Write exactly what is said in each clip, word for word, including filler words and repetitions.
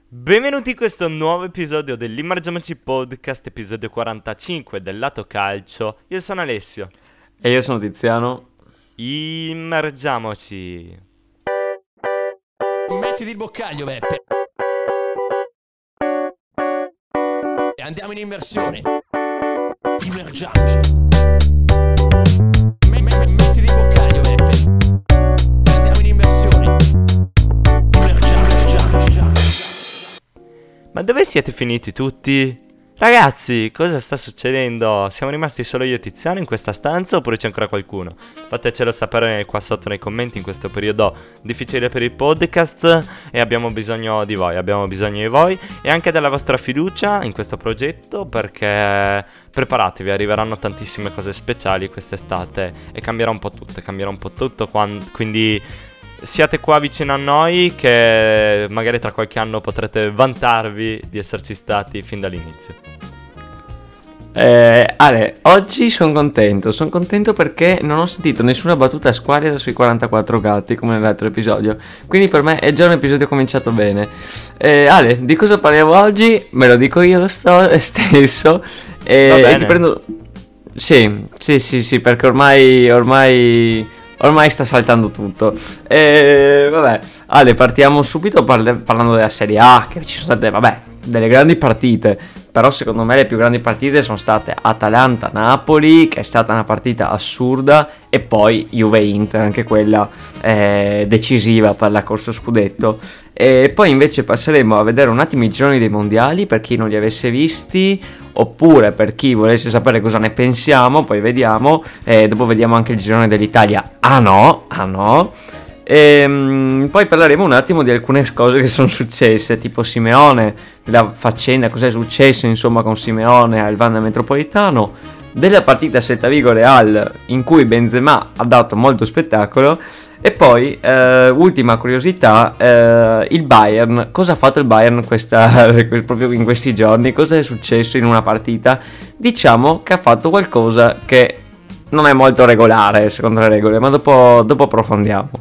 Benvenuti in questo nuovo episodio dell'Immergiamoci Podcast, episodio quarantacinque del lato calcio. Io sono Alessio. E io sono Tiziano. Immergiamoci. Mettiti il boccaglio, Beppe. E andiamo in immersione. Immergiamoci. Me- me- mettiti il boccaglio, Beppe. E andiamo in immersione. Ma dove siete finiti tutti? Ragazzi, cosa sta succedendo? Siamo rimasti solo io e Tiziano in questa stanza oppure c'è ancora qualcuno? Fatecelo sapere qua sotto nei commenti in questo periodo difficile per il podcast. E abbiamo bisogno di voi, abbiamo bisogno di voi e anche della vostra fiducia in questo progetto, perché preparatevi, arriveranno tantissime cose speciali quest'estate e cambierà un po' tutto, cambierà un po' tutto, quando, quindi siate qua vicino a noi che magari tra qualche anno potrete vantarvi di esserci stati fin dall'inizio. Eh, Ale, oggi sono contento, sono contento perché non ho sentito nessuna battuta squallida sui quarantaquattro gatti come nell'altro episodio, quindi per me è già un episodio cominciato bene. Eh, Ale, di cosa parliamo oggi? Me lo dico io lo sto stesso e, e ti prendo... Sì, sì, sì, sì, perché ormai, ormai... Ormai sta saltando tutto. E vabbè, Ale, partiamo subito parla- parlando della Serie A, che ci sono state, vabbè, delle grandi partite. Però secondo me le più grandi partite sono state Atalanta-Napoli, che è stata una partita assurda, e poi Juve-Inter, anche quella eh, decisiva per la corsa scudetto. E poi invece passeremo a vedere un attimo i gironi dei mondiali, per chi non li avesse visti, oppure per chi volesse sapere cosa ne pensiamo, poi vediamo, e dopo vediamo anche il girone dell'Italia. Ah no, ah no. E um, poi parleremo un attimo di alcune cose che sono successe, tipo Simeone, la faccenda, cosa è successo insomma con Simeone al Wanda Metropolitano, della partita Celta Vigo Real in cui Benzema ha dato molto spettacolo, e poi eh, ultima curiosità, eh, il Bayern, cosa ha fatto il Bayern questa, proprio in questi giorni, cosa è successo in una partita? Diciamo che ha fatto qualcosa che non è molto regolare secondo le regole, ma dopo, dopo approfondiamo.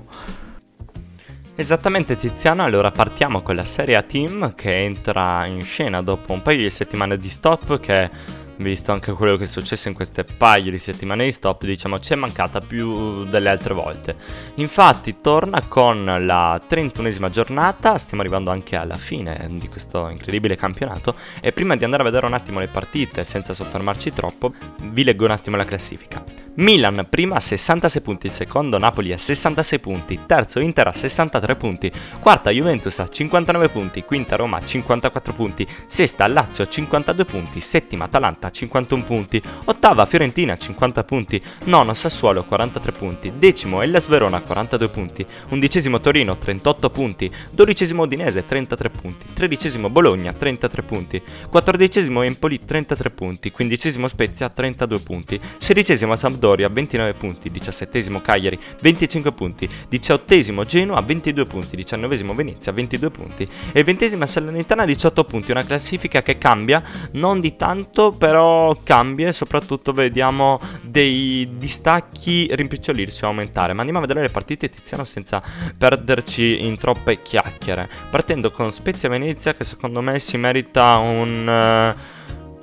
Esattamente Tiziano, allora partiamo con la Serie A Team che entra in scena dopo un paio di settimane di stop, che visto anche quello che è successo in queste paio di settimane di stop, diciamo ci è mancata più delle altre volte. Infatti torna con la trentunesima giornata, stiamo arrivando anche alla fine di questo incredibile campionato, e prima di andare a vedere un attimo le partite senza soffermarci troppo, vi leggo un attimo la classifica. Milan prima a sessantasei punti, il secondo Napoli a sessantasei punti, terzo Inter a sessantatré punti, quarta Juventus a cinquantanove punti, quinta Roma a cinquantaquattro punti, sesta Lazio a cinquantadue punti, settima Atalanta a cinquantuno punti, ottava Fiorentina a cinquanta punti, nono Sassuolo a quarantatré punti, decimo Hellas Verona a quarantadue punti, undicesimo Torino trentotto punti, dodicesimo Udinese trentatré punti, tredicesimo Bologna trentatré punti, quattordicesimo Empoli trentatré punti, quindicesimo Spezia trentadue punti, sedicesimo Sampdoria ventinove punti, diciassettesimo Cagliari venticinque punti, diciottesimo Genoa ventidue punti, diciannovesimo Venezia ventidue punti e ventesima Salernitana diciotto punti. Una classifica che cambia, non di tanto, però cambia, e soprattutto vediamo dei distacchi rimpicciolirsi o aumentare. Ma andiamo a vedere le partite, Tiziano, senza perderci in troppe chiacchiere, partendo con Spezia Venezia, che secondo me si merita un... Uh,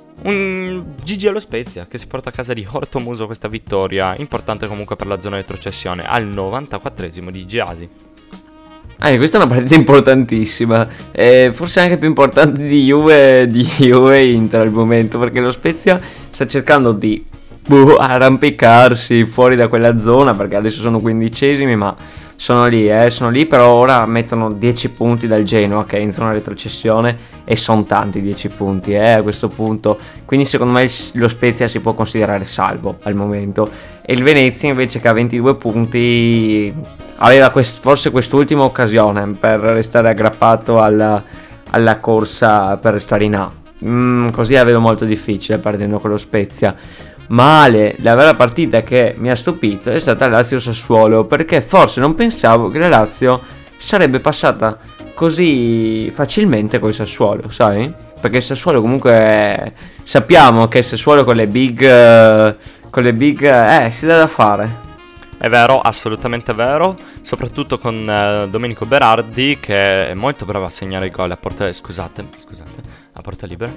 Un G G allo Spezia, che si porta a casa di Ortomuso questa vittoria, importante comunque per la zona di retrocessione, al novantaquattresimo di Gyasi. Eh, questa è una partita importantissima, eh, forse anche più importante di Juve, di Juve Inter al momento, perché lo Spezia sta cercando di boh, arrampicarsi fuori da quella zona, perché adesso sono quindicesimi, ma sono lì, eh, sono lì, però ora mettono dieci punti dal Genoa che è in zona retrocessione, e sono tanti dieci punti eh, a questo punto, quindi secondo me lo Spezia si può considerare salvo al momento, e il Venezia invece, che ha ventidue punti, aveva quest- forse quest'ultima occasione per restare aggrappato alla, alla corsa per restare in A, mm, così la vedo molto difficile perdendo con lo Spezia. Male, la vera partita che mi ha stupito è stata Lazio-Sassuolo, perché forse non pensavo che la Lazio sarebbe passata così facilmente col Sassuolo, sai? Perché il Sassuolo comunque sappiamo che il Sassuolo con le big uh, con le big eh si dà da fare. È vero, assolutamente vero, soprattutto con eh, Domenico Berardi che è molto bravo a segnare i gol a porta, scusate, scusate, a porta libera.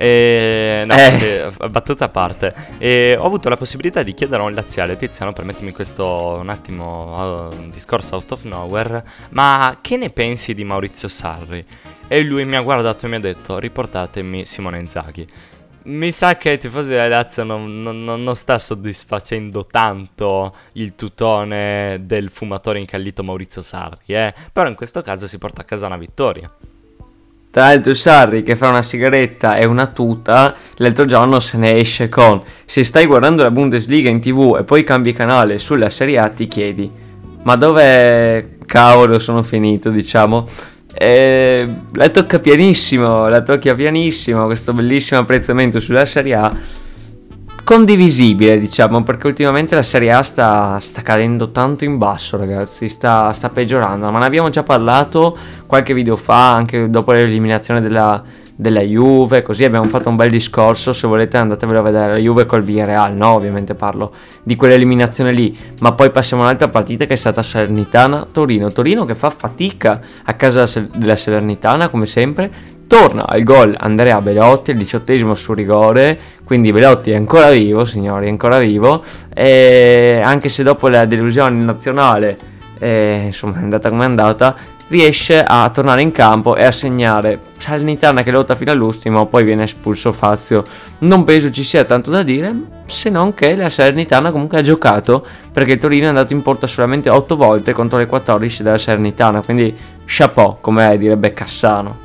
E, no, Eh. eh, battuta a parte. E ho avuto la possibilità di chiedere a un laziale, Tiziano, permettimi questo un attimo uh, un discorso out of nowhere, ma che ne pensi di Maurizio Sarri? E lui mi ha guardato e mi ha detto: riportatemi Simone Inzaghi. Mi sa che il tifoso della Lazio non, non- non- non sta soddisfacendo tanto il tutone del fumatore incallito Maurizio Sarri, eh? Però in questo caso si porta a casa una vittoria. Tra l'altro Sarri che fa una sigaretta e una tuta, l'altro giorno se ne esce con: se stai guardando la Bundesliga in tv e poi cambi canale sulla Serie A ti chiedi ma dove cavolo sono finito, diciamo. E la tocca pianissimo, la tocca pianissimo questo bellissimo apprezzamento sulla Serie A, condivisibile diciamo, perché ultimamente la Serie A sta, sta cadendo tanto in basso, ragazzi, sta, sta peggiorando, ma ne abbiamo già parlato qualche video fa, anche dopo l'eliminazione della, della Juve, così abbiamo fatto un bel discorso, se volete andatevelo a vedere, la Juve col Villarreal, no, ovviamente parlo di quell'eliminazione lì, ma poi passiamo a un'altra partita che è stata Salernitana-Torino, Torino che fa fatica a casa della Salernitana come sempre, torna al gol Andrea Belotti, il diciottesimo su rigore, quindi Belotti è ancora vivo, signori, è ancora vivo, e anche se dopo la delusione in nazionale, eh, insomma è andata come è andata, riesce a tornare in campo e a segnare. Salernitana che lotta fino all'ultimo, poi viene espulso Fazio. Non penso ci sia tanto da dire, se non che la Salernitana comunque ha giocato, perché il Torino è andato in porta solamente otto volte contro le quattordici della Salernitana, quindi chapeau, come direbbe Cassano.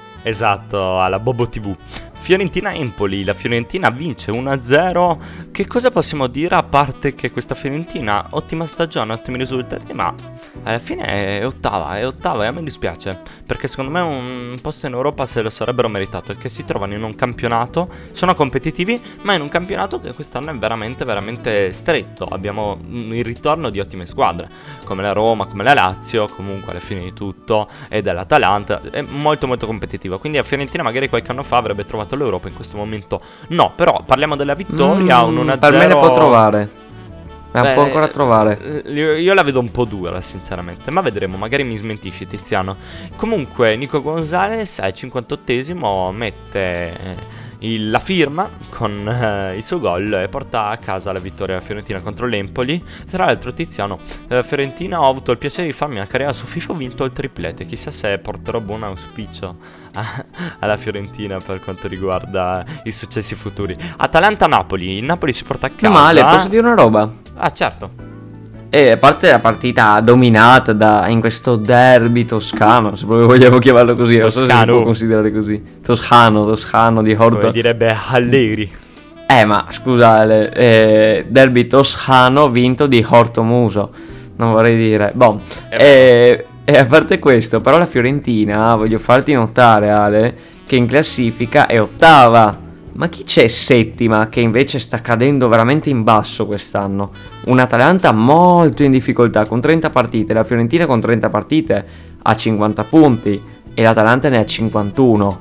Esatto, alla Bobo tivù. Fiorentina-Empoli, la Fiorentina vince uno a zero. Che cosa possiamo dire a parte che questa Fiorentina, ottima stagione, ottimi risultati, ma alla fine è ottava, è ottava e a me dispiace, perché secondo me un posto in Europa se lo sarebbero meritato, e che si trovano in un campionato, sono competitivi, ma in un campionato che quest'anno è veramente veramente stretto. Abbiamo il ritorno di ottime squadre, come la Roma, come la Lazio, comunque alla fine di tutto, e dell'Atalanta, è molto molto competitiva, quindi la Fiorentina magari qualche anno fa avrebbe trovato l'Europa, in questo momento no, però parliamo della vittoria, Mm, un uno a per zero. me le può trovare, la Beh, può ancora trovare. eh, Io, io la vedo un po' dura sinceramente, ma vedremo, magari mi smentisci Tiziano. Comunque Nico Gonzalez al cinquantottesimo mette eh, il- la firma con eh, il suo gol e porta a casa la vittoria della Fiorentina contro l'Empoli. Tra l'altro Tiziano, eh, Fiorentina, ho avuto il piacere di farmi una carriera su FIFA, ho vinto il triplete, chissà se porterò buon auspicio a- alla Fiorentina per quanto riguarda i successi futuri. Atalanta-Napoli, il Napoli si porta a casa. Non male, posso dire una roba? Ah certo. E a parte la partita dominata da, in questo derby toscano, se proprio vogliamo chiamarlo così, non so se si Toscano. può considerare così. Toscano, toscano di Horto. Come direbbe Allegri. Eh, ma scusate, eh, derby toscano vinto di Horto Muso, non vorrei dire. Boh, Eh, e, e a parte questo, però la Fiorentina, voglio farti notare, Ale, che in classifica è ottava. Ma chi c'è settima, che invece sta cadendo veramente in basso quest'anno? Un'Atalanta molto in difficoltà, con trenta partite, la Fiorentina con trenta partite ha cinquanta punti e l'Atalanta ne ha cinquantuno.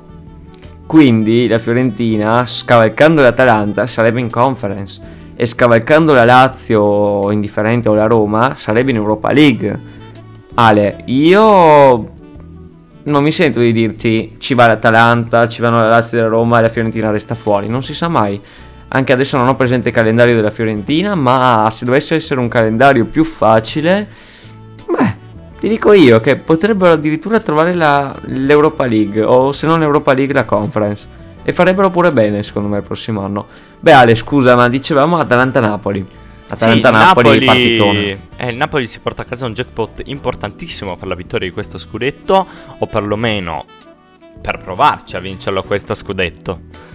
Quindi la Fiorentina, scavalcando l'Atalanta, sarebbe in Conference, e scavalcando la Lazio indifferente o la Roma sarebbe in Europa League. Ale, io non mi sento di dirti ci va l'Atalanta, ci vanno la Lazio e la Roma e la Fiorentina resta fuori, non si sa mai. Anche adesso non ho presente il calendario della Fiorentina, ma se dovesse essere un calendario più facile, beh, ti dico io che potrebbero addirittura trovare la, l'Europa League, o se non l'Europa League la Conference, e farebbero pure bene secondo me il prossimo anno. Beh Ale, scusa, ma dicevamo Atalanta-Napoli. Atalanta-Napoli, sì, partitone. eh, il Napoli si porta a casa un jackpot importantissimo per la vittoria di questo scudetto, o perlomeno per provarci a vincerlo questo scudetto.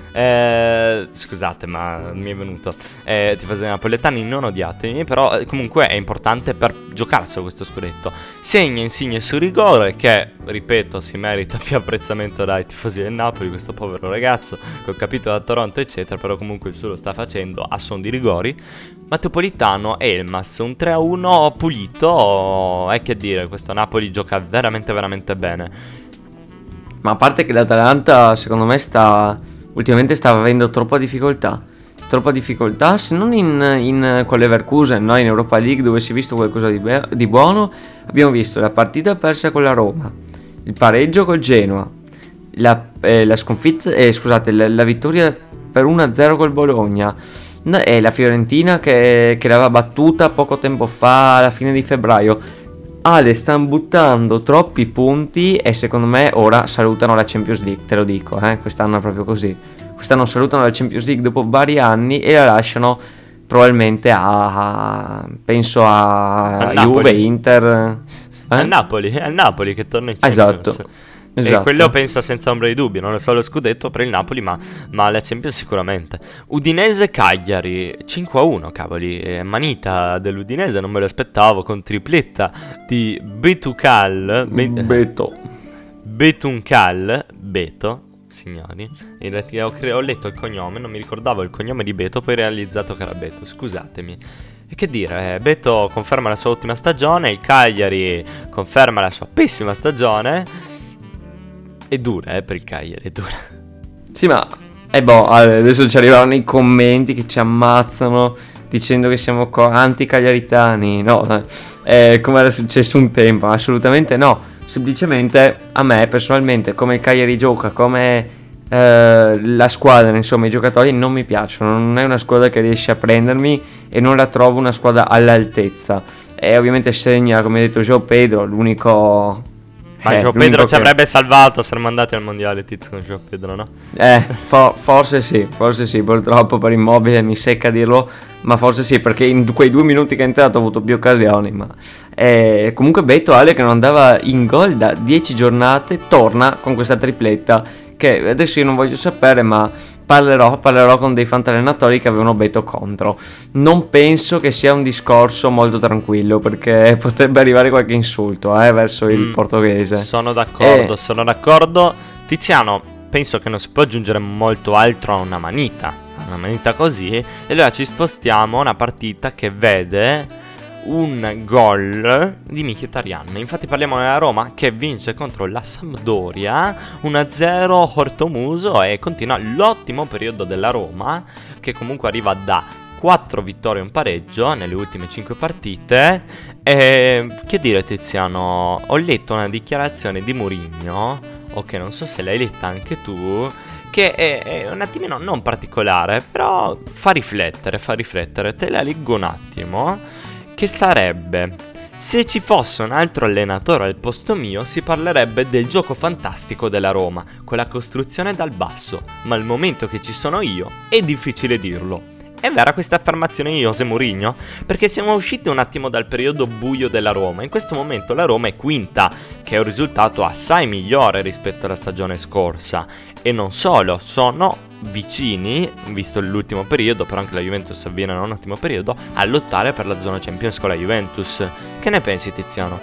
Eh, scusate, ma mi è venuto. Eh, tifosi napoletani, non odiatemi, però eh, comunque è importante per giocarselo questo scudetto. Segna Insigne su rigore, che ripeto si merita più apprezzamento dai tifosi del Napoli, questo povero ragazzo, che ho capito da Toronto eccetera, però comunque il suo lo sta facendo a son di rigori. Matteo Politano e Elmas, un tre a uno pulito, è che dire, questo Napoli gioca veramente veramente bene. Ma a parte che l'Atalanta secondo me sta ultimamente sta avendo troppa difficoltà. troppa difficoltà, se non in, in con l'Leverkusen, no? In Europa League, dove si è visto qualcosa di, be- di buono. Abbiamo visto la partita persa con la Roma, il pareggio col Genoa, la, eh, la sconfitta, eh, scusate, la, la vittoria per uno a zero col Bologna, no, e la Fiorentina che, che l'aveva battuta poco tempo fa, alla fine di febbraio. Ale, stanno buttando troppi punti e secondo me ora salutano la Champions League, te lo dico, eh, quest'anno è proprio così. Quest'anno salutano la Champions League dopo vari anni e la lasciano probabilmente a, a penso a, a Juve, Inter, eh? al Napoli, al Napoli che torna in Champions. Esatto. E Esatto. quello penso senza ombra di dubbio, non è solo scudetto per il Napoli, ma, ma la Champions sicuramente. Udinese Cagliari cinque a uno, cavoli, eh, manita dell'Udinese, non me lo aspettavo, con tripletta di Betucal, Be- Beto. Betuncal, Beto, signori. In realtà ho, cre- ho letto il cognome, non mi ricordavo il cognome di Beto, poi realizzato che era Beto, scusatemi. E che dire, Beto conferma la sua ultima stagione, il Cagliari conferma la sua pessima stagione. È dura, eh, per il Cagliari, è dura. Sì, ma e eh boh, adesso ci arrivano i commenti che ci ammazzano dicendo che siamo co- anti-cagliaritani. No, eh, come era successo un tempo, assolutamente no. Semplicemente a me personalmente, come il Cagliari gioca, come eh, la squadra, insomma, i giocatori non mi piacciono. Non è una squadra che riesce a prendermi e non la trovo una squadra all'altezza. E ovviamente segna, come ha detto João Pedro, l'unico... Ma eh, João Pedro che... ci avrebbe salvato, saremmo andati al mondiale Tizio con João Pedro, no? Eh, fo- forse sì, forse sì, purtroppo per Immobile mi secca dirlo, ma forse sì, perché in quei due minuti che è entrato ho avuto più occasioni, ma... Eh, comunque Beto, Ale, che non andava in gol da dieci giornate, torna con questa tripletta, che adesso io non voglio sapere, ma parlerò, parlerò con dei fantallenatori che avevano Beto contro. Non penso che sia un discorso molto tranquillo, perché potrebbe arrivare qualche insulto eh, verso il Mm, portoghese. Sono d'accordo, Eh. sono d'accordo. Tiziano, penso che non si può aggiungere molto altro a una manita, a una manita così. E allora ci spostiamo a una partita che vede un gol di Mkhitaryan. Infatti parliamo della Roma che vince contro la Sampdoria uno a zero Hortomuso, e continua l'ottimo periodo della Roma, che comunque arriva da quattro vittorie e un pareggio nelle ultime cinque partite. E che dire, Tiziano, ho letto una dichiarazione di Mourinho, ok, non so se l'hai letta anche tu, che è, è un attimino non particolare, però fa riflettere, fa riflettere. Te la leggo un attimo. Che sarebbe: se ci fosse un altro allenatore al posto mio, si parlerebbe del gioco fantastico della Roma, con la costruzione dal basso, ma al momento che ci sono io è difficile dirlo. È vera questa affermazione di José Mourinho? Perché siamo usciti un attimo dal periodo buio della Roma. In questo momento la Roma è quinta, che è un risultato assai migliore rispetto alla stagione scorsa. E non solo, sono vicini, visto l'ultimo periodo, però anche la Juventus avviene in un ottimo periodo, a lottare per la zona Champions con la Juventus. Che ne pensi, Tiziano?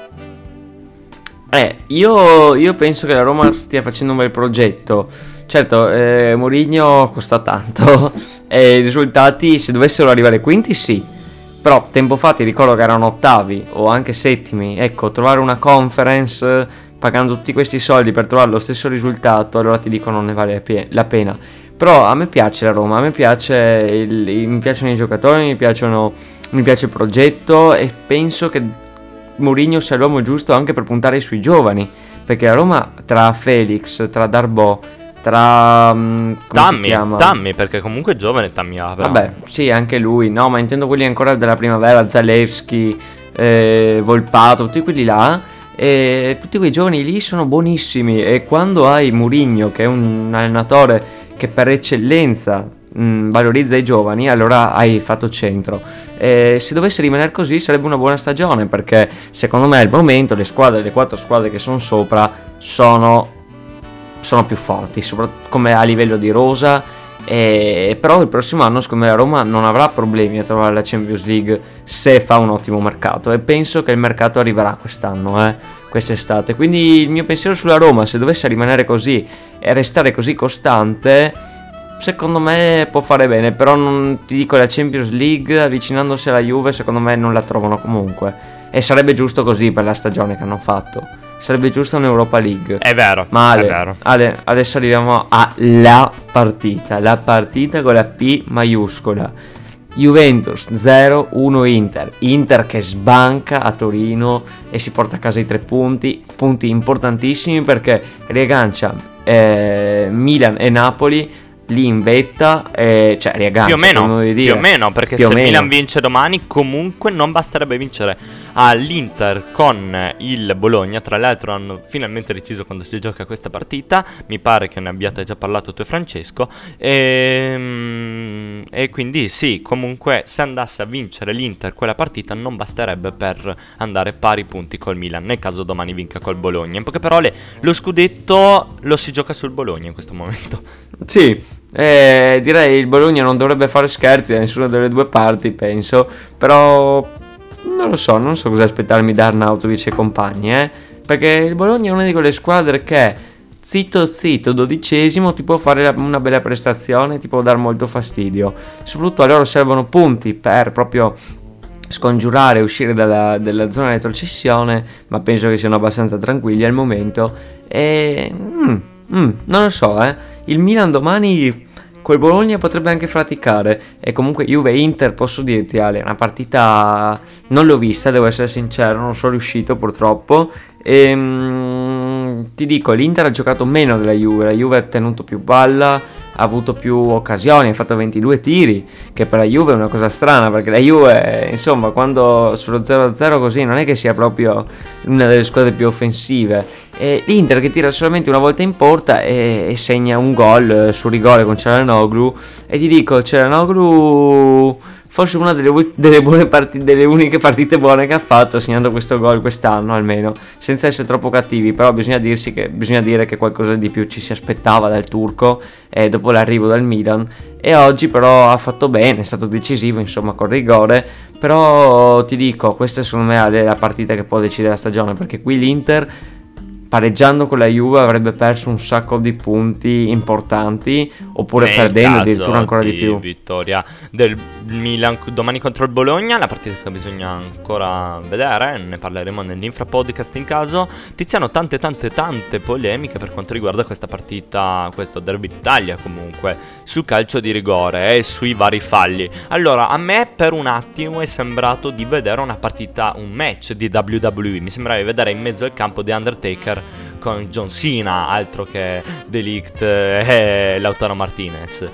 Eh, io, io penso che la Roma stia facendo un bel progetto. Certo, eh, Mourinho costa tanto e i risultati, se dovessero arrivare quinti, sì. Però tempo fa ti ricordo che erano ottavi o anche settimi. Ecco, trovare una conference pagando tutti questi soldi per trovare lo stesso risultato, allora ti dico non ne vale la pie- la pena. Però a me piace la Roma, a me piace il, il- mi piacciono i giocatori, mi piacciono, mi piace il progetto e penso che Mourinho sia l'uomo giusto anche per puntare sui giovani, perché la Roma tra Felix, tra Darboe, tra mm, come si Tammy, chiama? Tammy, perché comunque è giovane Tammy Abraham. Vabbè, sì, anche lui, no, ma intendo quelli ancora della primavera, Zalewski, eh, Volpato, tutti quelli là, e tutti quei giovani lì sono buonissimi, e quando hai Mourinho, che è un allenatore che per eccellenza mh, valorizza i giovani, allora hai fatto centro. E se dovesse rimanere così sarebbe una buona stagione, perché secondo me al momento le squadre, le quattro squadre che sono sopra sono, sono più forti, soprattutto come a livello di rosa. E però il prossimo anno secondo me la Roma non avrà problemi a trovare la Champions League se fa un ottimo mercato, e penso che il mercato arriverà quest'anno, eh, quest'estate. Quindi il mio pensiero sulla Roma, se dovesse rimanere così e restare così costante, secondo me può fare bene. Però non ti dico, la Champions League avvicinandosi alla Juve secondo me non la trovano comunque, e sarebbe giusto così per la stagione che hanno fatto. sarebbe giusta un'Europa League. È vero, Ma Ale, è vero. Ale, adesso arriviamo alla partita, la partita con la P maiuscola. Juventus zero uno Inter, Inter che sbanca a Torino e si porta a casa i tre punti, punti importantissimi perché riaggancia eh, Milan e Napoli lì in vetta, eh, cioè riaggancia Più o meno, di dire. più o meno, perché Più o se il meno. Milan vince domani comunque non basterebbe vincere all'Inter con il Bologna. Tra l'altro hanno finalmente deciso quando si gioca questa partita, mi pare che ne abbiate già parlato tu e Francesco, e, e quindi sì, comunque se andasse a vincere l'Inter quella partita non basterebbe per andare pari punti col Milan, nel caso domani vinca col Bologna. In poche parole, lo scudetto lo si gioca sul Bologna in questo momento. Sì, eh, direi il Bologna non dovrebbe fare scherzi da nessuna delle due parti, penso, però non lo so, non so cosa aspettarmi da Arnautovic e compagni, eh, perché il Bologna è una di quelle squadre che zitto zitto, dodicesimo, ti può fare una bella prestazione, ti può dar molto fastidio, soprattutto a loro servono punti per proprio scongiurare, uscire dalla, dalla zona di retrocessione, ma penso che siano abbastanza tranquilli al momento e... Mm, mm, non lo so, eh. Il Milan domani col Bologna potrebbe anche faticare. E comunque Juve-Inter, posso dirti Ale, una partita non l'ho vista, devo essere sincero, non sono riuscito purtroppo. E, mm, ti dico, l'Inter ha giocato meno della Juve, la Juve ha tenuto più palla, ha avuto più occasioni, ha fatto ventidue tiri, che per la Juve è una cosa strana, perché la Juve, insomma, quando sullo zero a zero così non è che sia proprio una delle squadre più offensive. E l'Inter che tira solamente una volta in porta e, e segna un gol su rigore con Çalhanoğlu, e ti dico, Çalhanoğlu forse una delle, delle buone partite, delle uniche partite buone che ha fatto, segnando questo gol quest'anno almeno, senza essere troppo cattivi. Però bisogna dirsi che bisogna dire che qualcosa di più ci si aspettava dal turco eh, dopo l'arrivo dal Milan, e oggi però ha fatto bene, è stato decisivo, insomma, con rigore. Però ti dico, questa secondo me è la partita che può decidere la stagione, perché qui l'Inter, pareggiando con la Juve, avrebbe perso un sacco di punti importanti, oppure Nel perdendo caso addirittura ancora di più. Vittoria del Milan domani contro il Bologna, la partita che bisogna ancora vedere, ne parleremo nell'Infra Podcast in caso. Tiziano, tante tante tante polemiche per quanto riguarda questa partita, questo derby d'Italia comunque, sul calcio di rigore e sui vari falli. Allora, a me per un attimo è sembrato di vedere una partita, un match di W W E, mi sembrava di vedere in mezzo al campo The Undertaker con John Cena, altro che De Ligt e Lautaro Martinez.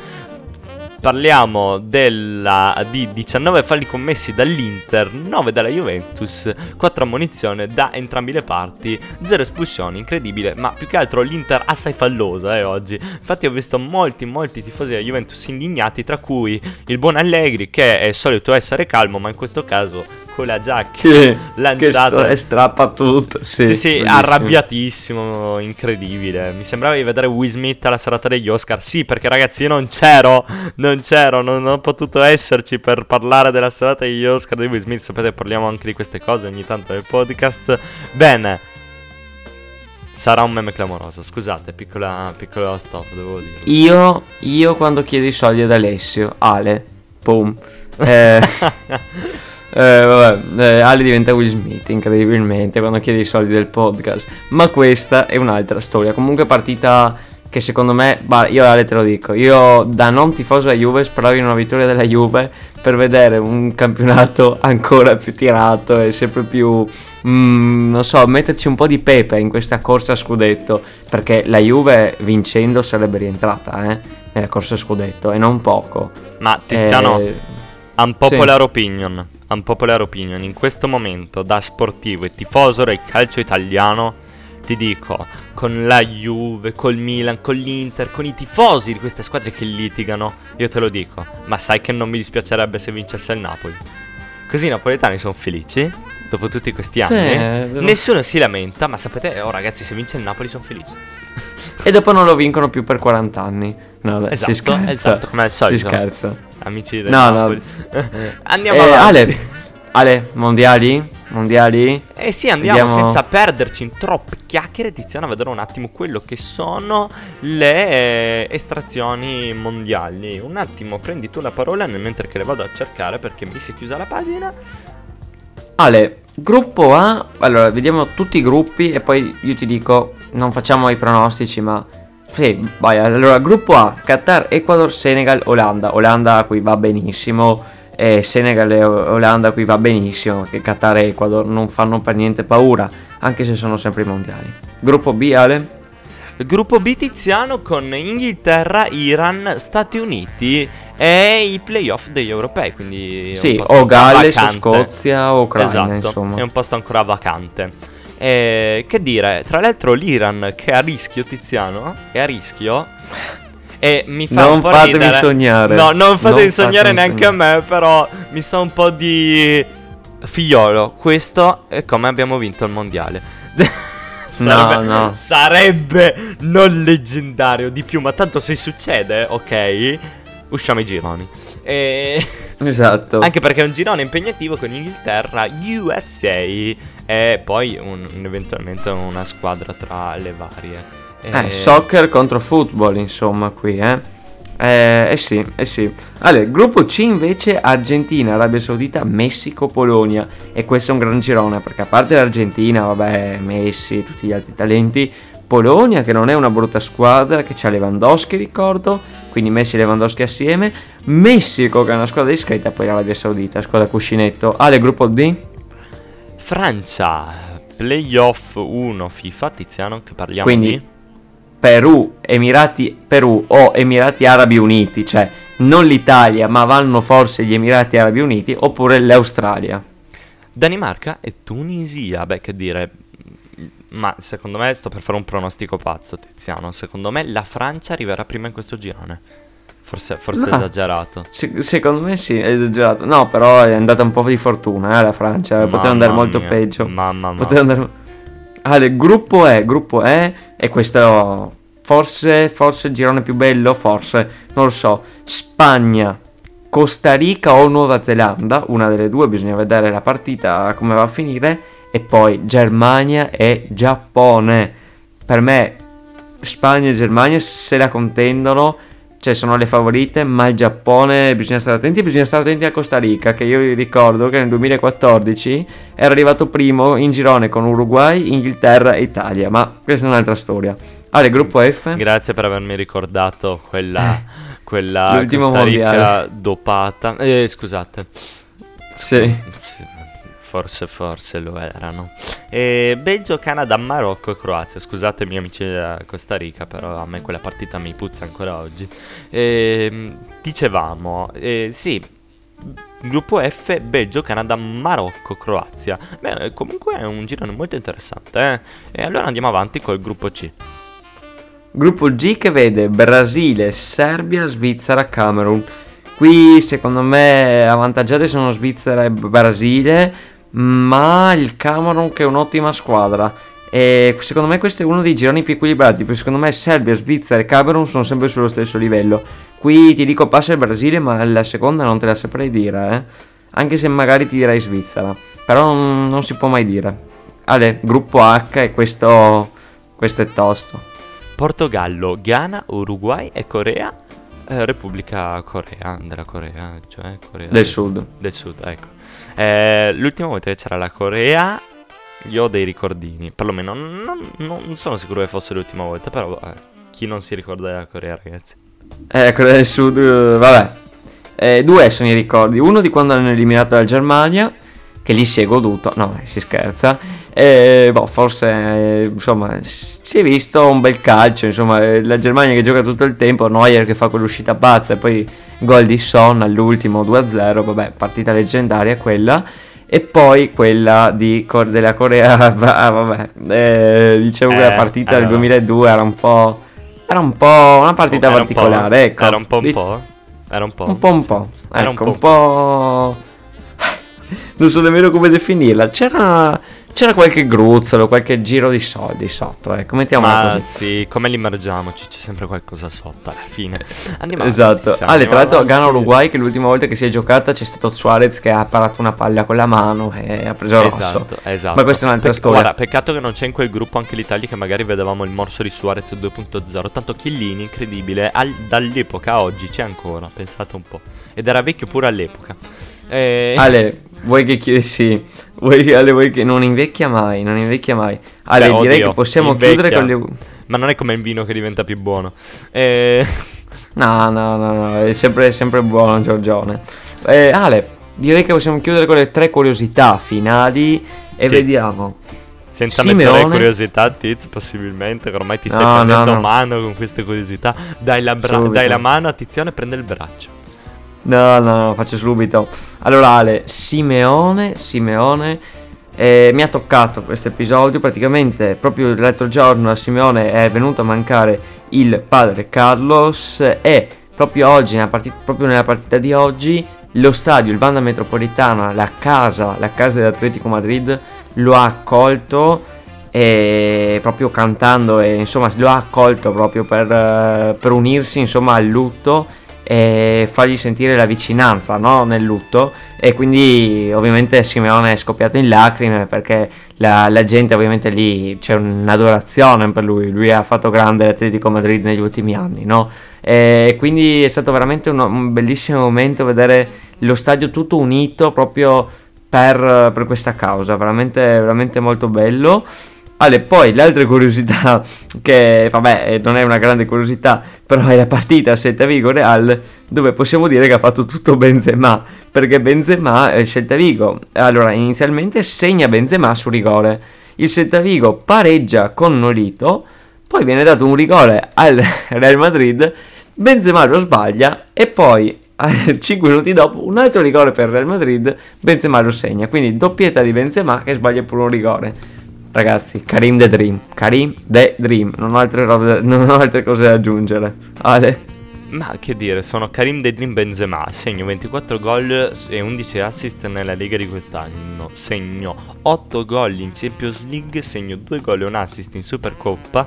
Parliamo della, di diciannove falli commessi dall'Inter, nove dalla Juventus, quattro ammonizioni da entrambi le parti, zero espulsioni, incredibile, ma più che altro l'Inter assai fallosa eh, oggi. Infatti ho visto molti molti tifosi della Juventus indignati, tra cui il buon Allegri, che è solito essere calmo, ma in questo caso con la giacca Sì, lanciata che strappa tutto. Sì, sì, sì, bellissimo. Arrabbiatissimo, incredibile. Mi sembrava di vedere Will Smith alla serata degli Oscar. Sì, perché ragazzi io non c'ero, non c'ero, non ho potuto esserci per parlare della serata degli Oscar di Will Smith. Sapete, parliamo anche di queste cose ogni tanto nel podcast. Bene, sarà un meme clamoroso, scusate, piccola, piccola stop, devo dire. Io, io quando chiedo i soldi ad Alessio, Ale, boom, eh... Eh, vabbè, eh, Ale diventa Will Smith incredibilmente quando chiede i soldi del podcast. Ma questa è un'altra storia. Comunque partita che secondo me, bah, io Ale te lo dico, io da non tifoso della Juve speravo in una vittoria della Juve per vedere un campionato ancora più tirato e sempre più mm, non so, metterci un po' di pepe in questa corsa a scudetto, perché la Juve vincendo sarebbe rientrata eh, nella corsa a scudetto, e non poco. Ma Tiziano, eh, unpopular sì. opinion, unpopular opinion, in questo momento da sportivo e tifoso del calcio italiano, ti dico, con la Juve, col Milan, con l'Inter, con i tifosi di queste squadre che litigano, io te lo dico, ma sai che non mi dispiacerebbe se vincesse il Napoli? Così i napoletani sono felici, dopo tutti questi anni, sì, nessuno si lamenta, ma sapete, oh ragazzi, se vince il Napoli sono felici. E dopo non lo vincono più per quaranta anni. No, beh, Esatto, si scherza, esatto, come al solito. Si scherza. Amici del No, Napoli. no. Andiamo Eh, avanti. Ale, Ale, mondiali? Mondiali? Eh sì, andiamo Vediamo. senza perderci in troppe chiacchiere, Tiziano, a vedere un attimo quello che sono le eh, estrazioni mondiali. Un attimo, prendi tu la parola nel mentre che le vado a cercare, perché mi si è chiusa la pagina. Ale, Gruppo A, allora vediamo tutti i gruppi e poi io ti dico, non facciamo i pronostici, ma sì, vai. Allora, gruppo A, Qatar, Ecuador, Senegal, Olanda. Olanda a cui va benissimo, e Senegal e Olanda a cui va benissimo, che Qatar e Ecuador non fanno per niente paura, anche se sono sempre i mondiali. Gruppo B, Ale? Gruppo B, Tiziano, con Inghilterra, Iran, Stati Uniti e i playoff degli europei, quindi Sì, un posto o ancora Galles, o vacante. Scozia, o Ucraina, Esatto, insomma. è un posto ancora vacante. Eh, che dire, tra l'altro l'Iran, che è a rischio, Tiziano, è a rischio, e mi fa Non un po' fatemi ridere. sognare. No, non fatemi Non sognare fatemi neanche sognare. a me, però mi sa un po' di figliolo. Questo è come abbiamo vinto il mondiale. Sarebbe, no. sarebbe non leggendario di più, ma tanto se succede, ok, usciamo i gironi. E... Esatto. Anche perché è un girone impegnativo con Inghilterra, U S A e poi un, un- eventualmente una squadra tra le varie. Eh, soccer contro football, insomma, qui, eh. Eh, eh sì, eh sì. Allora, gruppo C invece Argentina, Arabia Saudita, Messico, Polonia. E questo è un gran girone, perché a parte l'Argentina, vabbè, Messi e tutti gli altri talenti, Polonia che non è una brutta squadra, che c'ha Lewandowski, ricordo, quindi Messi e Lewandowski assieme. Messico che è una squadra discreta, poi l'Arabia Saudita, squadra cuscinetto. Ale, gruppo D? Francia, playoff uno FIFA, Tiziano, che parliamo Quindi di... Perù, Emirati, Perù o Emirati Arabi Uniti, cioè non l'Italia, ma vanno forse gli Emirati Arabi Uniti, oppure l'Australia. Danimarca e Tunisia, beh, che dire, ma secondo me sto per fare un pronostico pazzo, Tiziano. Secondo me la Francia arriverà prima in questo girone. Forse, forse No. esagerato. Se- secondo me sì, è esagerato. No, però è andata un po' di fortuna, eh, la Francia, poteva Mamma andare molto mia, peggio. Mamma mia. Poteva andare... Ale, gruppo E, gruppo E, e questo forse, forse il girone più bello, forse, non lo so. Spagna, Costa Rica o Nuova Zelanda, una delle due, bisogna vedere la partita come va a finire. E poi Germania e Giappone. Per me Spagna e Germania se la contendono, cioè sono le favorite, ma il Giappone bisogna stare attenti. Bisogna stare attenti a Costa Rica, che io vi ricordo che nel duemilaquattordici era arrivato primo in girone con Uruguay, Inghilterra e Italia, ma questa è un'altra storia. Ale, gruppo F? Grazie per avermi ricordato quella, quella L'ultimo Costa Rica mondiale. dopata. Eh, scusate. Sì. Sì, Forse, forse lo erano. E Belgio, Canada, Marocco e Croazia. Scusatemi amici della Costa Rica, però a me quella partita mi puzza ancora oggi. E, dicevamo, eh, sì, gruppo F, Belgio, Canada, Marocco, Croazia. Beh, comunque è un girone molto interessante, eh? E allora andiamo avanti col gruppo C. Gruppo G che vede Brasile, Serbia, Svizzera, Camerun. Qui secondo me avvantaggiate sono Svizzera e Brasile, ma il Camerun che è un'ottima squadra. E secondo me questo è uno dei gironi più equilibrati, perché secondo me Serbia, Svizzera e Camerun sono sempre sullo stesso livello. Qui ti dico passa il Brasile, ma la seconda non te la saprei dire, eh. Anche se magari ti direi Svizzera, però non, non si può mai dire. Ale, gruppo H e questo, questo è tosto. Portogallo, Ghana, Uruguay e Corea. eh, Repubblica Corea, della Corea, cioè Corea Del Sud. Del Sud, ecco. Eh, l'ultima volta che c'era la Corea, io ho dei ricordini. Perlomeno non, non, non sono sicuro che fosse l'ultima volta, però eh, chi non si ricorda della Corea, ragazzi? Eh, Corea del Sud, eh, vabbè. Eh, due sono i ricordi. Uno di quando hanno eliminato la Germania, che lì si è goduto. No, eh, si scherza. E boh, forse eh, insomma s- si è visto un bel calcio. Insomma, eh, la Germania che gioca tutto il tempo, Neuer che fa quell'uscita pazza e poi gol di Son all'ultimo due a zero. Vabbè, partita leggendaria quella. E poi quella di Cor- della Corea. Ah, vabbè, eh, dicevo che la Eh, partita allora. del duemiladue era un po'. Era un po' una partita Era un po', particolare, ecco. Era un po' un Dic- po'. Era un po'. un po' un sì. po', Era ecco, un un po'. Non so nemmeno come definirla. C'era, c'era qualche gruzzolo, qualche giro di soldi sotto, ecco, mettiamola Ma così. sì, come li immergiamoci, c'è sempre qualcosa sotto alla fine. Andiamo Esatto. avanti, Tiziano, Ale, tra andiamo l'altro avanti. Ghana-Uruguay, che l'ultima volta che si è giocata c'è stato Suarez che ha parato una palla con la mano e ha preso rosso. Esatto, esatto. Ma questa è un'altra Pec- storia. Guarda, peccato che non c'è in quel gruppo anche l'Italia, che magari vedevamo il morso di Suarez due punto zero. Tanto Chiellini, incredibile, al- dall'epoca a oggi c'è ancora, pensate un po'. Ed era vecchio pure all'epoca. Eh, Ale, Vuoi che chiedi? Sì. Vuoi che, Ale, vuoi che non invecchia mai, non invecchia mai. Ale, Beh, direi oddio, che possiamo invecchia. chiudere con le... Ma non è come il vino che diventa più buono. Eh... No, no, no, no, è sempre, è sempre buono Giorgione. Eh, Ale, direi che possiamo chiudere con le tre curiosità finali e Sì. vediamo. Senza Simeone- mezz'ora di curiosità, Tiz, possibilmente, che ormai ti stai No, no, prendendo no. mano con queste curiosità. Dai la, bra- Subito. dai la mano a Tiziano e prende il braccio. No, no, no, faccio subito. Allora, Ale, Simeone, Simeone eh, mi ha toccato questo episodio. Praticamente, proprio l'altro giorno a Simeone è venuto a mancare il padre Carlos e proprio oggi, nella partita, proprio nella partita di oggi, lo stadio, il Wanda Metropolitano, la casa, la casa dell'Atletico Madrid lo ha accolto e proprio cantando e insomma lo ha accolto proprio per, eh, per unirsi insomma al lutto e fargli sentire la vicinanza, no? Nel lutto. E quindi ovviamente Simeone è scoppiato in lacrime perché la, la gente ovviamente lì c'è un'adorazione per lui, lui ha fatto grande l'Atletico Madrid negli ultimi anni, no? E quindi è stato veramente un, un bellissimo momento vedere lo stadio tutto unito proprio per, per questa causa, veramente, veramente molto bello. Ale, poi l'altra curiosità, che vabbè non è una grande curiosità, però è la partita a Celta Vigo Real, dove possiamo dire che ha fatto tutto Benzema, perché Benzema è il Celta Vigo. Allora, inizialmente segna Benzema su rigore, il Celta Vigo pareggia con Nolito, poi viene dato un rigore al Real Madrid, Benzema lo sbaglia e poi cinque minuti dopo un altro rigore per il Real Madrid, Benzema lo segna, quindi doppietta di Benzema che sbaglia pure un rigore. Ragazzi, Karim the Dream, Karim the Dream, non ho altre, robe, non ho altre cose da aggiungere. Ale? Ma che dire, sono Karim The Dream Benzema, segno ventiquattro gol e undici assist nella Lega di quest'anno, segno otto gol in Champions League, segno due gol e un assist in Supercoppa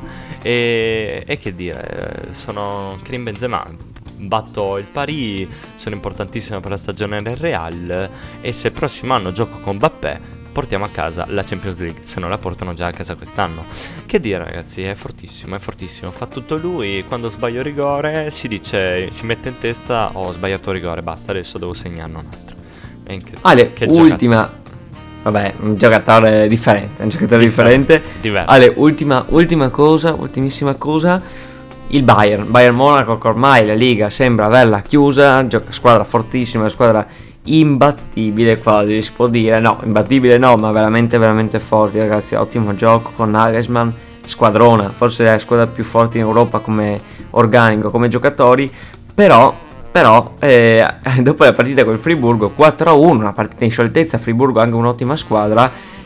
e, e che dire, sono Karim Benzema, batto il pari, sono importantissimo per la stagione del Real e se il prossimo anno gioco con Mbappé portiamo a casa la Champions League, se non la portano già a casa quest'anno. Che dire ragazzi, è fortissimo, è fortissimo, fa tutto lui, quando sbaglio rigore si dice, si mette in testa ho sbagliato rigore, basta, adesso devo segnarne un altro. È incredibile. Ale, Che ultima, vabbè, un giocatore differente, un giocatore differente. Diverso. Ale, ultima, ultima cosa, ultimissima cosa, il Bayern, Bayern Monaco che ormai la Liga sembra averla chiusa, gioca squadra fortissima, squadra imbattibile quasi si può dire, no, imbattibile no, ma veramente veramente forti ragazzi, ottimo gioco con Nagelsmann, squadrona, forse è la squadra più forte in Europa come organico, come giocatori, però però eh, dopo la partita col Friburgo quattro a uno, una partita in scioltezza, Friburgo anche un'ottima squadra,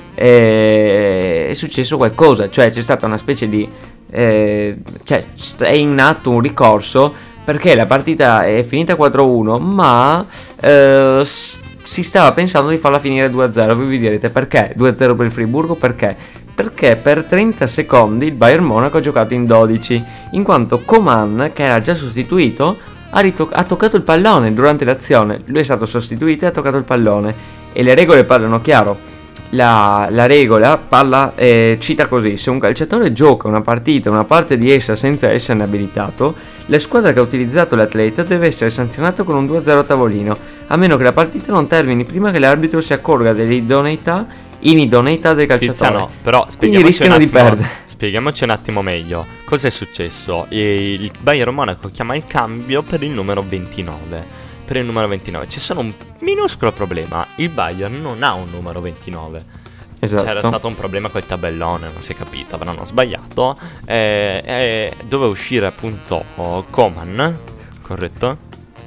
eh, è successo qualcosa, cioè c'è stata una specie di eh, cioè è in atto un ricorso perché la partita è finita quattro a uno, ma eh, si stava pensando di farla finire due a zero. Voi vi direte perché due a zero per il Friburgo? Perché? Perché per trenta secondi il Bayern Monaco ha giocato in dodici, in quanto Coman, che era già sostituito, ha, rito- ha toccato il pallone durante l'azione. Lui è stato sostituito e ha toccato il pallone. E le regole parlano chiaro. La, la regola parla, eh, cita così: se un calciatore gioca una partita, una parte di essa senza esserne abilitato, la squadra che ha utilizzato l'atleta deve essere sanzionata con un due a zero a tavolino, a meno che la partita non termini prima che l'arbitro si accorga dell'idoneità inidoneità del calciatore. Tiziano, però Quindi spieghiamoci un, rischiano di attimo, perdere. spieghiamoci un attimo meglio. Cosa è successo? E il Bayern Monaco chiama il cambio per il numero ventinove. Per il numero ventinove c'è solo un minuscolo problema: il Bayern non ha un numero ventinove. Esatto. C'era stato un problema col tabellone, non si è capito, avranno sbagliato. E, e doveva uscire appunto Coman, corretto?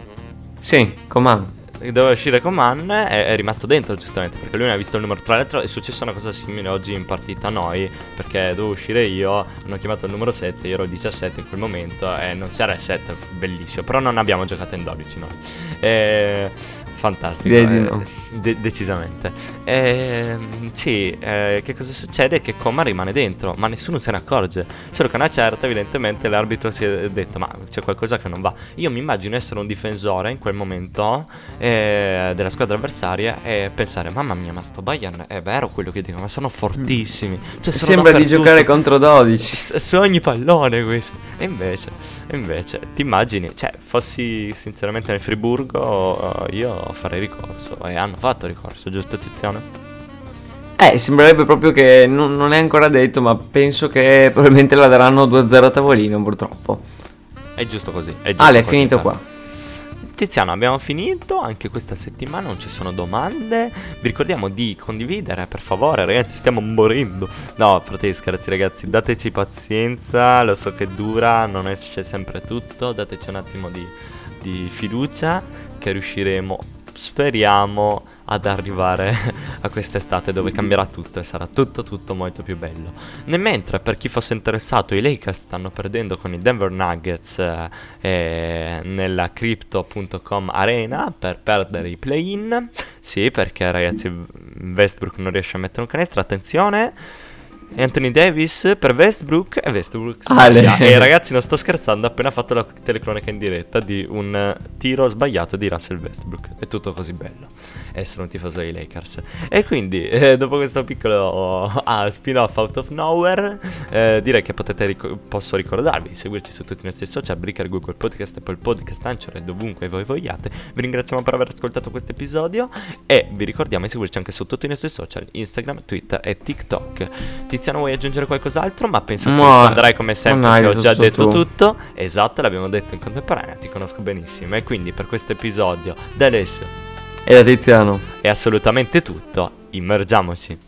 Sì, Coman. Doveva uscire Coman, è, è rimasto dentro giustamente perché lui non ha visto il numero. Tra l'altro è successa una cosa simile oggi in partita a noi, perché dovevo uscire io, hanno chiamato il numero sette, io ero il diciassette in quel momento e non c'era il sette, bellissimo, però non abbiamo giocato in dodici noi. E, fantastico, Direi di eh, no. de- decisamente. E, sì, eh, che cosa succede? Che Coman rimane dentro, ma nessuno se ne accorge, solo che a una certa evidentemente l'arbitro si è detto ma c'è qualcosa che non va. Io mi immagino essere un difensore in quel momento e eh, della squadra avversaria e pensare mamma mia, ma sto Bayern è vero quello che dicono, ma sono fortissimi, cioè sono Sembra di dappertutto. giocare contro dodici. S- su ogni pallone questo. E invece, e invece, ti immagini, cioè, fossi sinceramente nel Friburgo, eh, io farei ricorso. E hanno fatto ricorso, giusto Tiziano? Eh, sembrerebbe proprio che non, non è ancora detto, ma penso che probabilmente la daranno due a zero a tavolino, purtroppo. È giusto così. È giusto Ale, è così, finito però. qua. Tiziano, abbiamo finito anche questa settimana, non ci sono domande. Vi ricordiamo di condividere, per favore, ragazzi, stiamo morendo. No, a parte gli scherzi, ragazzi, dateci pazienza, lo so che dura, non esce sempre tutto, dateci un attimo di, di fiducia che riusciremo, speriamo, ad arrivare a quest'estate dove cambierà tutto e sarà tutto tutto molto più bello. Nel mentre, per chi fosse interessato, i Lakers stanno perdendo con i Denver Nuggets eh, eh, nella crypto punto com arena per perdere i play-in. Sì, perché ragazzi Westbrook non riesce a mettere un canestro, attenzione. Anthony Davis per Westbrook e Westbrook sbaglia. E ragazzi, non sto scherzando, ho appena fatto la telecronaca in diretta di un eh, tiro sbagliato di Russell Westbrook. È tutto così bello essere un tifoso dei Lakers. E quindi eh, dopo questo piccolo ah, spin-off out of nowhere, eh, direi che potete ric- posso ricordarvi di seguirci su tutti i nostri social, Breaker, Google Podcast, Apple Podcast, Anchor e dovunque voi vogliate. Vi ringraziamo per aver ascoltato questo episodio e vi ricordiamo di seguirci anche su tutti i nostri social, Instagram, Twitter e TikTok. Tiziano, vuoi aggiungere qualcos'altro? Ma penso che No, risponderai come sempre, non hai che ho già detto detto tu. tutto. Esatto, l'abbiamo detto in contemporanea, ti conosco benissimo. E quindi per questo episodio da Alessio E da Tiziano. è assolutamente tutto. Immergiamoci.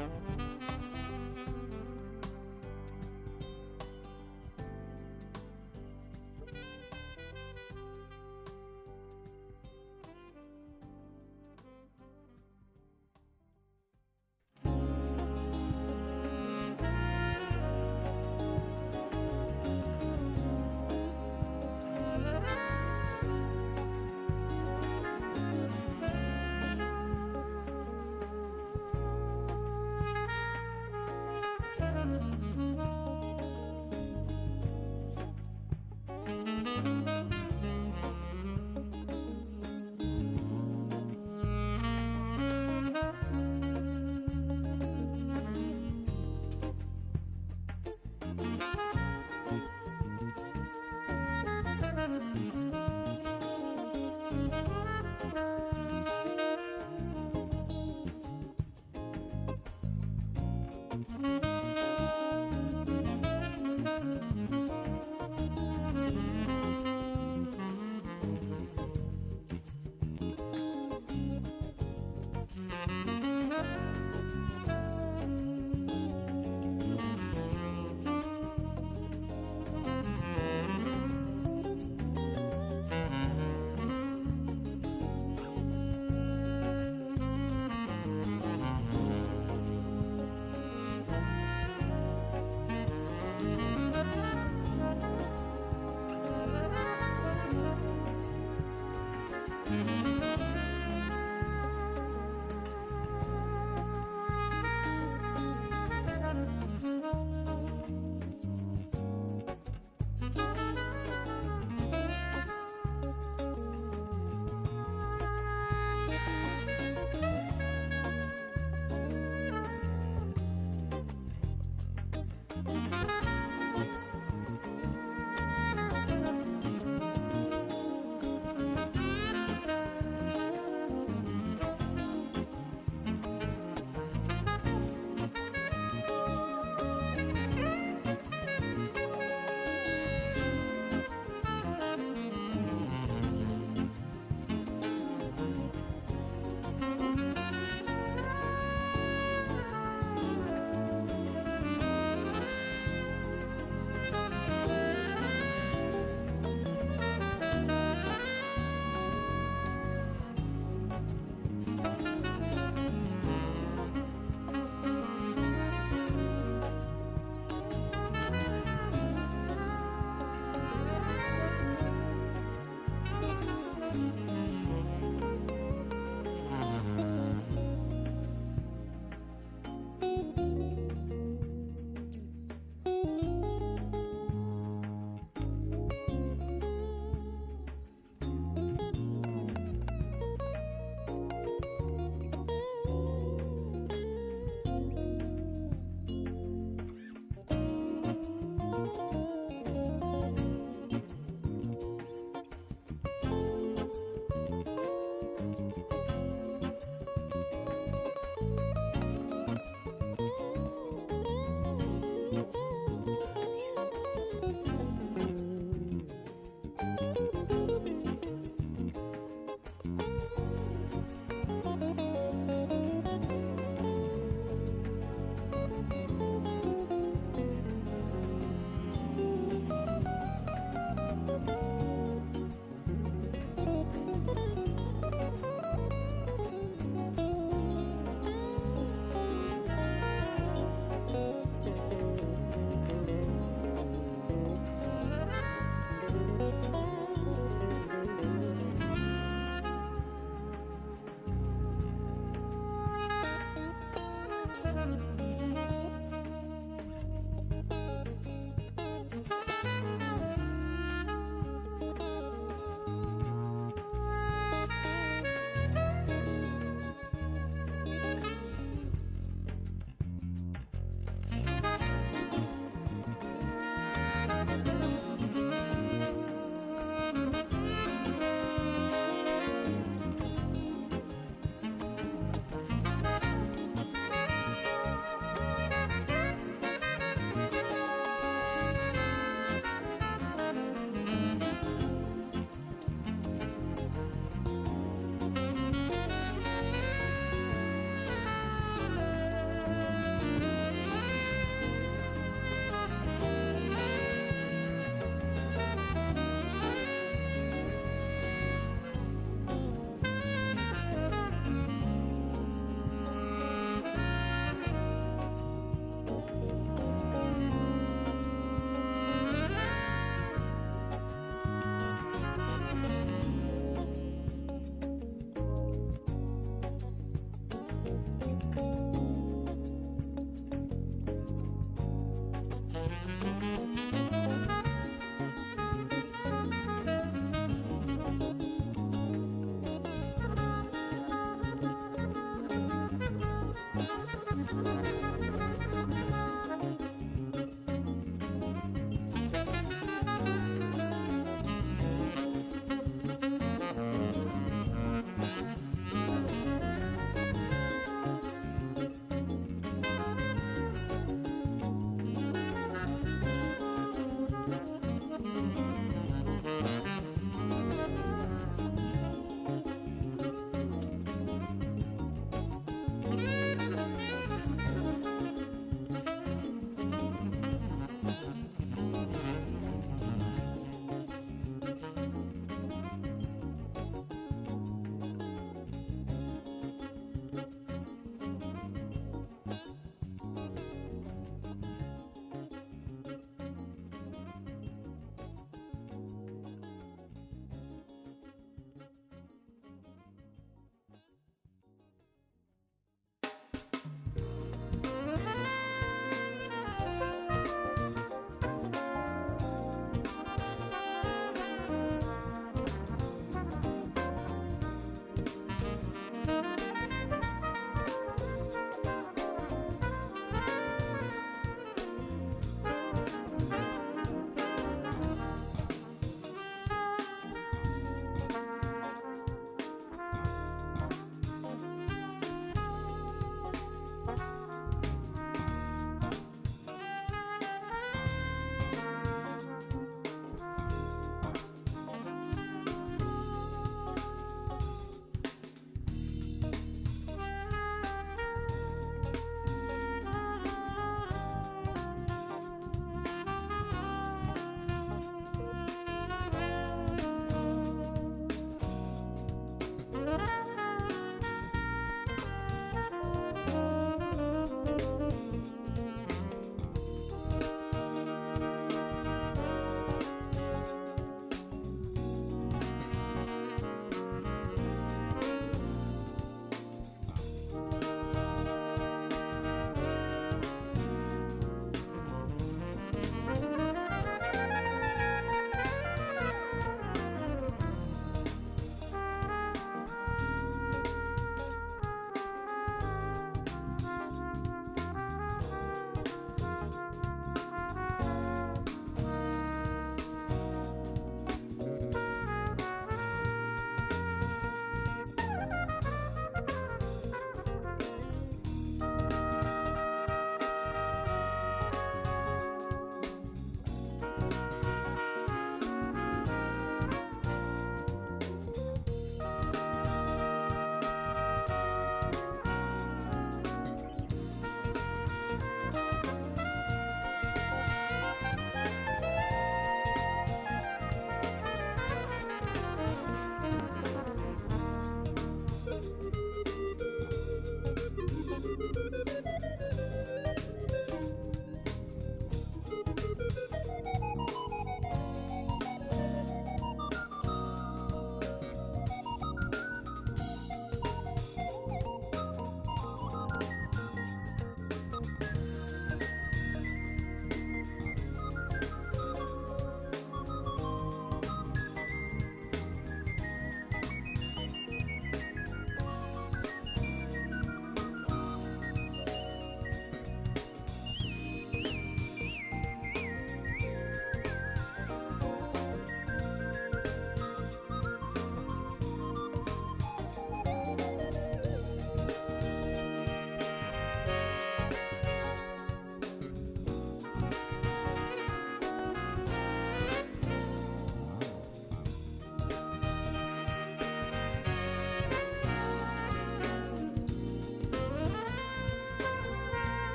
ciao.